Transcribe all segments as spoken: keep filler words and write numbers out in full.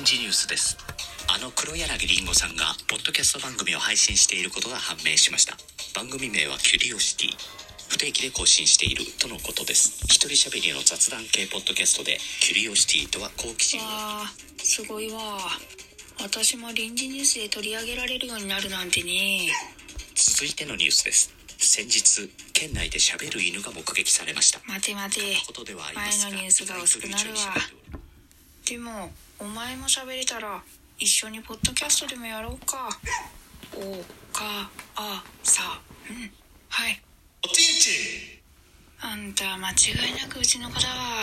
時ニュースです。あの黒柳りんごさんがポッドキャスト番組を配信していることが判明しました。番組名はキュリオシティ、不定期で更新しているとのことです。一人喋りの雑談系ポッドキャストでキュリオシティとは好奇心。 わー、すごいわ。私も臨時ニュースで取り上げられるようになるなんてね。 続いてのニュースです。先日県内で喋る犬が目撃されました。 待て待て、前のニュースが薄くなるわ。でもお前も喋れたら一緒にポッドキャストでもやろうか。おかあさん、はい。 おちんちん。 あんた間違いなくうちの子だわ。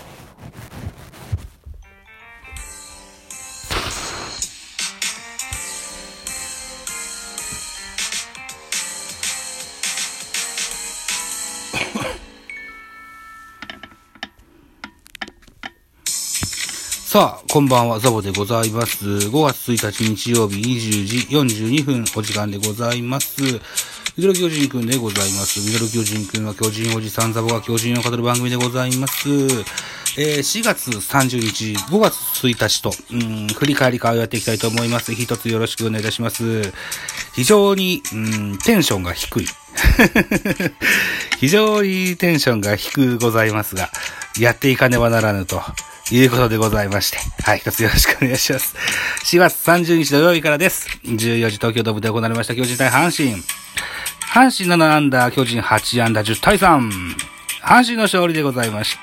さあ、こんばんは、ザボでございます。ごがつついたち日曜日にじゅうじよんじゅうにふんお時間でございます。ミドル巨人くんでございます。ミドル巨人くんは巨人おじさんザボが巨人を語る番組でございます。えー、しがつさんじゅうにち、ごがつついたちと、うん、振り返り会をやっていきたいと思います。一つよろしくお願いいたします。非常に、うん、テンションが低い。非常にテンションが低くございますが、やっていかねばならぬと。いうことでございまして。はい、一つよろしくお願いします。しがつさんじゅうにち土曜日からです。じゅうよじ東京ドームで行われました巨人対阪神。阪神ななアンダー、巨人はちアンダーじゅうたいさん。阪神の勝利でございました。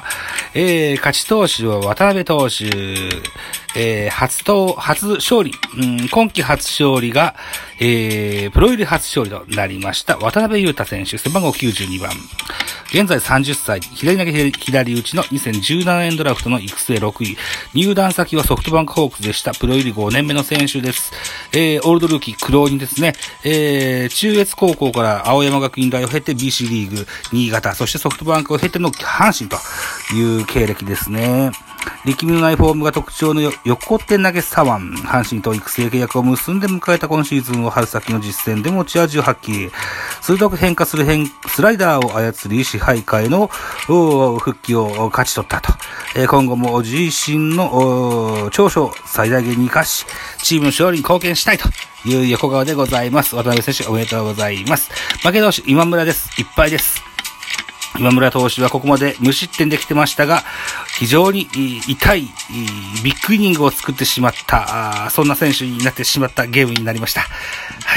えー、勝ち投手は渡辺投手。えー、初投、初勝利、うん、今季初勝利が、えー、プロ入り初勝利となりました。渡辺裕太選手、背番号きゅうじゅうにばん。現在さんじゅっさい、左投げ左打ちのにせんじゅうななねんドラフトの育成ろくい。入団先はソフトバンクホークスでした。プロ入りごねんめの選手です。えー、オールドルーキー、苦労人ですね。えー、中越高校から青山学院大を経て ビーシー リーグ、新潟、そしてソフトバンクを経ての阪神という経歴ですね。力みのないフォームが特徴の横手投げ左腕。阪神と育成契約を結んで迎えた今シーズンを春先の実戦で持ち味を発揮。鋭く変化する変スライダーを操り、支配下への復帰を勝ち取ったと。今後も自身の長所を最大限に生かし、チームの勝利に貢献したいという横顔でございます。渡辺選手おめでとうございます。負け投手今村です。いっぱいです。今村投手はここまで無失点できてましたが、非常に痛いビッグイニングを作ってしまった、そんな選手になってしまったゲームになりました。はい、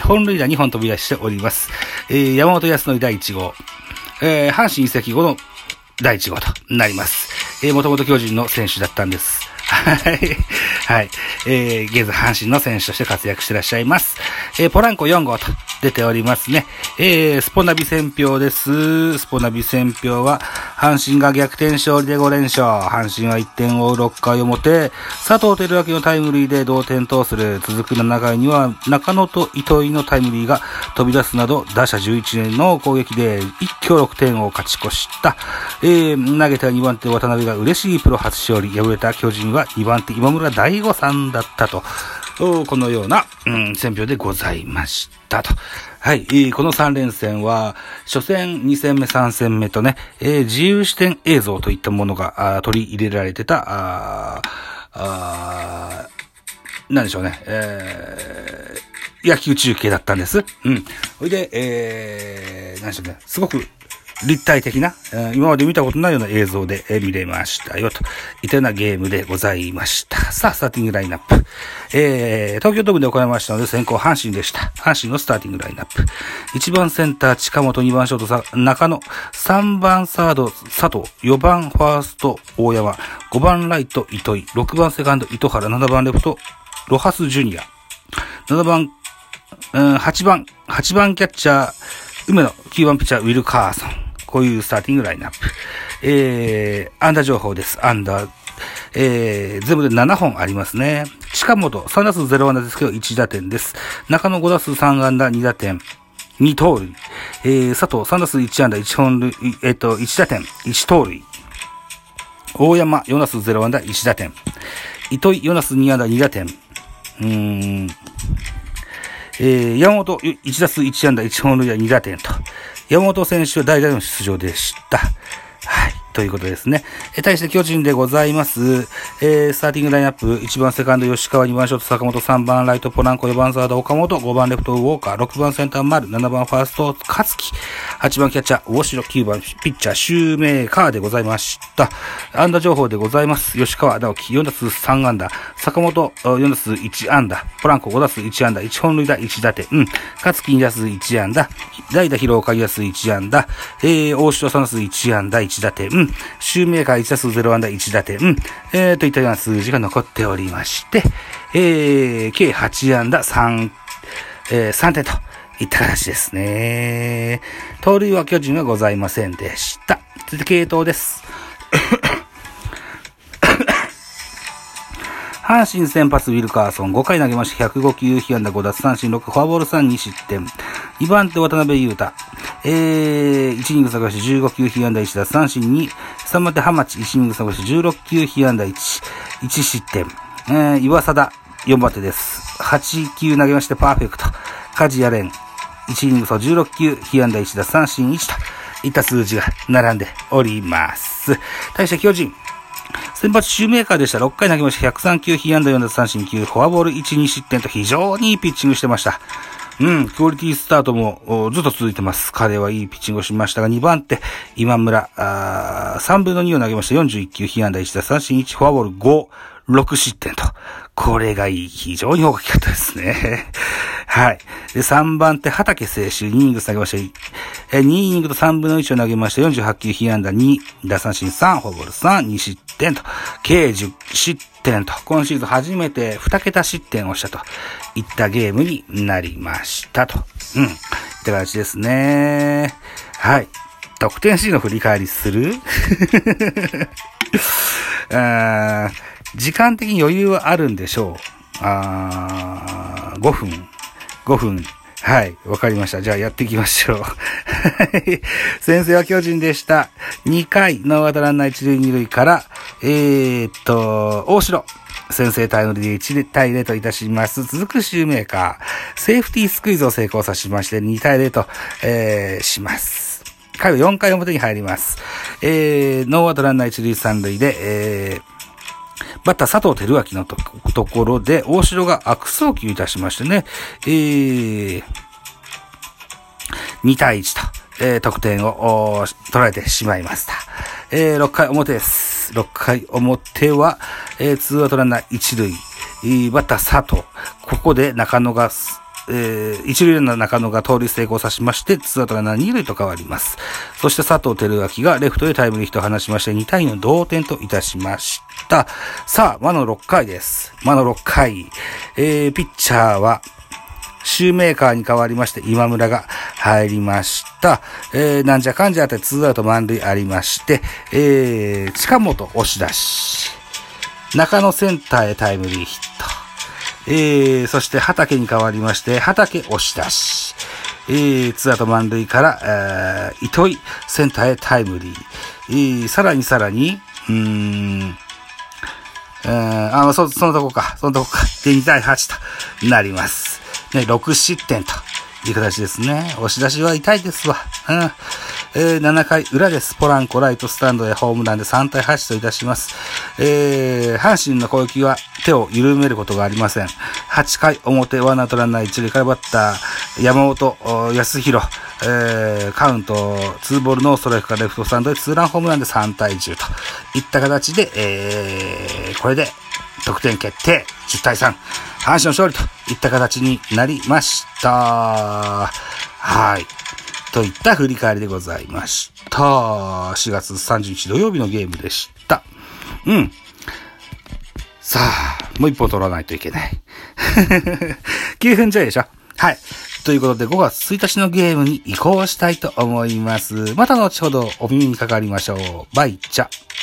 本塁打にほん飛び出しております。山本康則だいいち号、阪神移籍後のだいいち号となります。もともと巨人の選手だったんです。はい。はい。えー、現在阪神の選手として活躍していらっしゃいます。えー、ポランコよん号と出ておりますね。えー、スポナビ戦票です。スポナビ戦票は、阪神が逆転勝利でごれんしょう。阪神はいってんを追うろっかい表、佐藤輝明のタイムリーで同点とする。続くななかいには、中野と糸井のタイムリーが飛び出すなど、打者じゅういちねんの攻撃で一挙ろくてんを勝ち越した。えー、投げたにばん手渡辺が嬉しいプロ初勝利。敗れた巨人はにばん手今村大吾さんだったと。このような、うん、選票でございましたと。はい、えー、このさん連戦は、初戦、に戦目、さん戦目とね、えー、自由視点映像といったものが取り入れられてた、ああなんでしょうね、えー、野球中継だったんです。うん。それで、えー、なんでしょうね、すごく立体的な、今まで見たことないような映像で見れましたよといったようなゲームでございました。さあ、スターティングラインナップ。えー、東京ドームで行われましたので先行阪神でした。阪神のスターティングラインナップ。いちばんセンター近本、にばんショート中野、さんばんサード佐藤、よばんファースト大山、ごばんライト糸井、ろくばんセカンド糸原、ななばんレフトロハスジュニア、ななばん、うん、はちばん、はちばんキャッチャー梅野、きゅうばんピッチャーウィルカーソン。こういうスターティングラインナップ。えー、アンダー情報です。アンダー。えー、全部でななほんありますね。近本、さん打数ゼロ安打ですけどいち打点です。中野ご打数さん安打に打点。に盗塁。えー、佐藤さん打数いち安打いち本塁、えっと、いち打点、いち盗塁。大山よん打数ゼロ安打いち打点。糸井よん打数に安打に打点。うーん。えー、山本いち打数いち安打いち本塁打に打点と。山本選手は代打の出場でした。はい。 ということですね。えー、対して巨人でございます。えー、スターティングラインナップ、いちばんセカンド吉川、にばんショート坂本、さんばんライトポランコ、よばんサード岡本、ごばんレフトウォーカー、ろくばんセンター丸、ななばんファースト勝木、はちばんキャッチャー大城、きゅうばんピッチャーシューメーカーでございました。安打情報でございます。吉川直樹よんだすうさんあんだ、坂本よんだすういちあんだ、ポランコごだすういちあんだ、いちほんるいだいちだてん、勝木にだすういちあんだ、代打広岡にだすういちあんだ、えー、大城さんだすういちあんだいちだてん、シューメーカーいちだすうゼロあんだいちだてん、えー、といったような数字が残っておりまして、えー、計はちあんださん、えー、さんてんといった形ですね。盗塁は巨人はございませんでした。続いて継投です。阪神先発ウィルカーソンごかい投げましてひゃくごきゅう、被安打ごだつさんしんろく、フォアボールさん、にしってん。にばん手渡辺裕太。えー、いちイニング下がしてじゅうごきゅう、被安打いちだつさんしんに。さんばん手浜地、いちイニング下がしてじゅうろっきゅう、被安打いち、いちしってん。えー、岩貞、よんばん手です。はちきゅう投げましてパーフェクト。梶谷蓮、いちイニング差じゅうろっきゅう、被安打いちださんしんいちといった数字が並んでおります。対して巨人。先発シューメーカーでした。ろっかい投げましてひゃくさんきゅう、被安打よんだつさんしんきゅう、フォアボールいち、にしってんと非常にいいピッチングしてました。うん、クオリティスタートもずっと続いてます。彼はいいピッチングをしましたが、にばん手、今村、あさんぶんのにを投げましてよんじゅういっきゅう、被安打いちださんしんいち、フォアボールご、ろくしってんと。これがいい。非常に大きかったですね。はい。で、さんばん手、畑清舟、にイニング投げまして、え、にイニングとさんぶんのいちを投げまして、よんじゅうはちきゅう、被安打に、奪三振さん、フォアボールさん、にしってんと、計じゅっしってんと、今シーズン初めてにけた失点をしたといったゲームになりましたと。うん。って感じですね。はい。得点シーンの振り返りするあ時間的に余裕はあるんでしょう。あー、ごふん。ごふん。はい。わかりました。じゃあやっていきましょう。先制は巨人でした。にかい、ノーアウトランナーいちるいにるいから、えーっと、大城。先制タイムリーでいちたいゼロといたします。続くシューメーカー。セーフティースクイズを成功させましてにたいゼロと、えー、します。回はよんかい表に入ります。えー、ノーアウトランナーいちるいさんるいで、えー、バッター佐藤輝明の と, ところで、大城が悪送球いたしましてね、えー、にたいいちと、えー、得点を取られてしまいました。えー、ろっかい表です。ろっかい表は、えー、ツーアウトランナーいちるい、えー、バッター佐藤。ここで中野が、えー、一塁ランナー中野が盗塁成功させまして、ツーアウトランナーにるいと変わります。そして佐藤輝明がレフトへタイムリーヒットを放ちまして、にたいの同点といたしました。さあ、魔のろっかいです。魔のろっかい。えー、ピッチャーは、シューメーカーに代わりまして、今村が入りました。えー、なんじゃかんじゃってツーアウト満塁ありまして、えー、近本押し出し。中野センターへタイムリーヒット。えー、そして畑に代わりまして、畑押し出し。えー、ツーアウト満塁から、えー、糸井センターへタイムリー。えー、さらにさらに、うーん、えー、あ、そ、そのとこか、そのとこか。で、にたいはちとなります。ね、ろくしってんという形ですね。押し出しは痛いですわ。うん。えー、ななかい裏です。ポランコライトスタンドへホームランでさんたいはちといたします。えー、阪神の攻撃は手を緩めることがありません。はちかい表、ワンアウトランナーいちるいからバッター、山本康弘、えー、カウント、ツーボールノーストライクからレフトスタンドへツーランホームランでさんたいじゅうといった形で、えー、これで得点決定、じゅったいさん。阪神の勝利といった形になりました。はい。といった振り返りでございました。しがつさんじゅうにち土曜日のゲームでした。うん。さあ、もう一本取らないといけない。きゅうふんちょいでしょ。はい。ということでごがつついたちのゲームに移行したいと思います。また後ほどお耳にかかりましょう。バイチャ。